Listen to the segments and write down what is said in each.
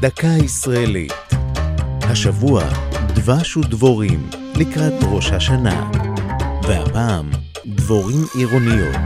דקה ישראלית. השבוע דבש ודבורים לקראת ראש השנה. והפעם דבורים עירוניות.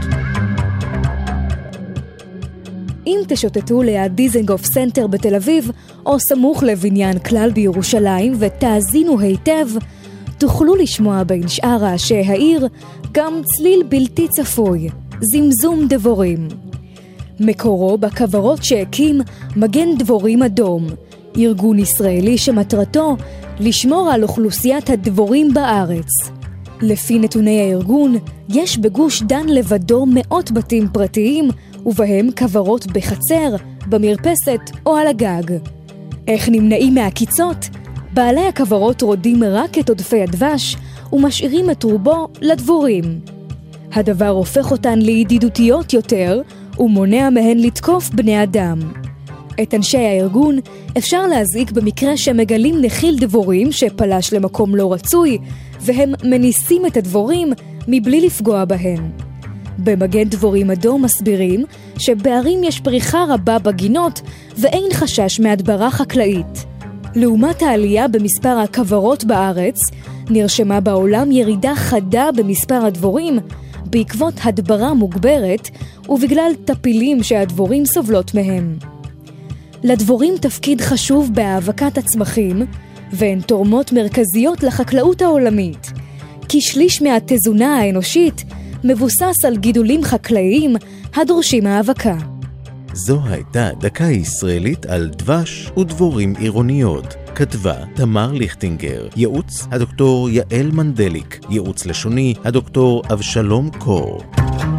אם תשוטטו ליד דיזנגוף סנטר בתל אביב, או סמוך לבניין כלל בירושלים ותאזינו היטב, תוכלו לשמוע בין שאר רעשי העיר גם צליל בלתי צפוי, זמזום דבורים. מקורו בכוורות שהקים מגן דבורים אדום, ארגון ישראלי שמטרתו לשמור על אוכלוסיית הדבורים בארץ. לפי נתוני הארגון, יש בגוש דן לבדו מאות בתים פרטיים, ובהם כוורות בחצר, במרפסת או על הגג. איך נמנעים מהקיצות? בעלי הכוורות רודים רק את עודפי הדבש ומשאירים את רובו לדבורים. הדבר הופך אותן לידידותיות יותר ומונע מהן לתקוף בני אדם. את אנשי הארגון אפשר להזעיק במקרה שמגלים נחיל דבורים שפלש למקום לא רצוי, והם מניסים את הדבורים מבלי לפגוע בהן. במגן דבורים אדום מסבירים שבערים יש פריחה רבה בגינות ואין חשש מהדברה חקלאית. לעומת העלייה במספר הכוורות בארץ, נרשמה בעולם ירידה חדה במספר הדבורים בעקבות הדברה מוגברת ובגלל טפילים שהדבורים סובלות מהם. לדבורים תפקיד חשוב בהאבקת הצמחים, והן תורמות מרכזיות לחקלאות העולמית, כי שליש מהתזונה האנושית מבוסס על גידולים חקלאיים הדורשים האבקה. זו הייתה דקה ישראלית על דבש ודבורים עירוניות. כתבה תמר ליכטינגר, ייעוץ הדוקטור יעל מנדליק, ייעוץ לשוני הדוקטור אבשלום קור.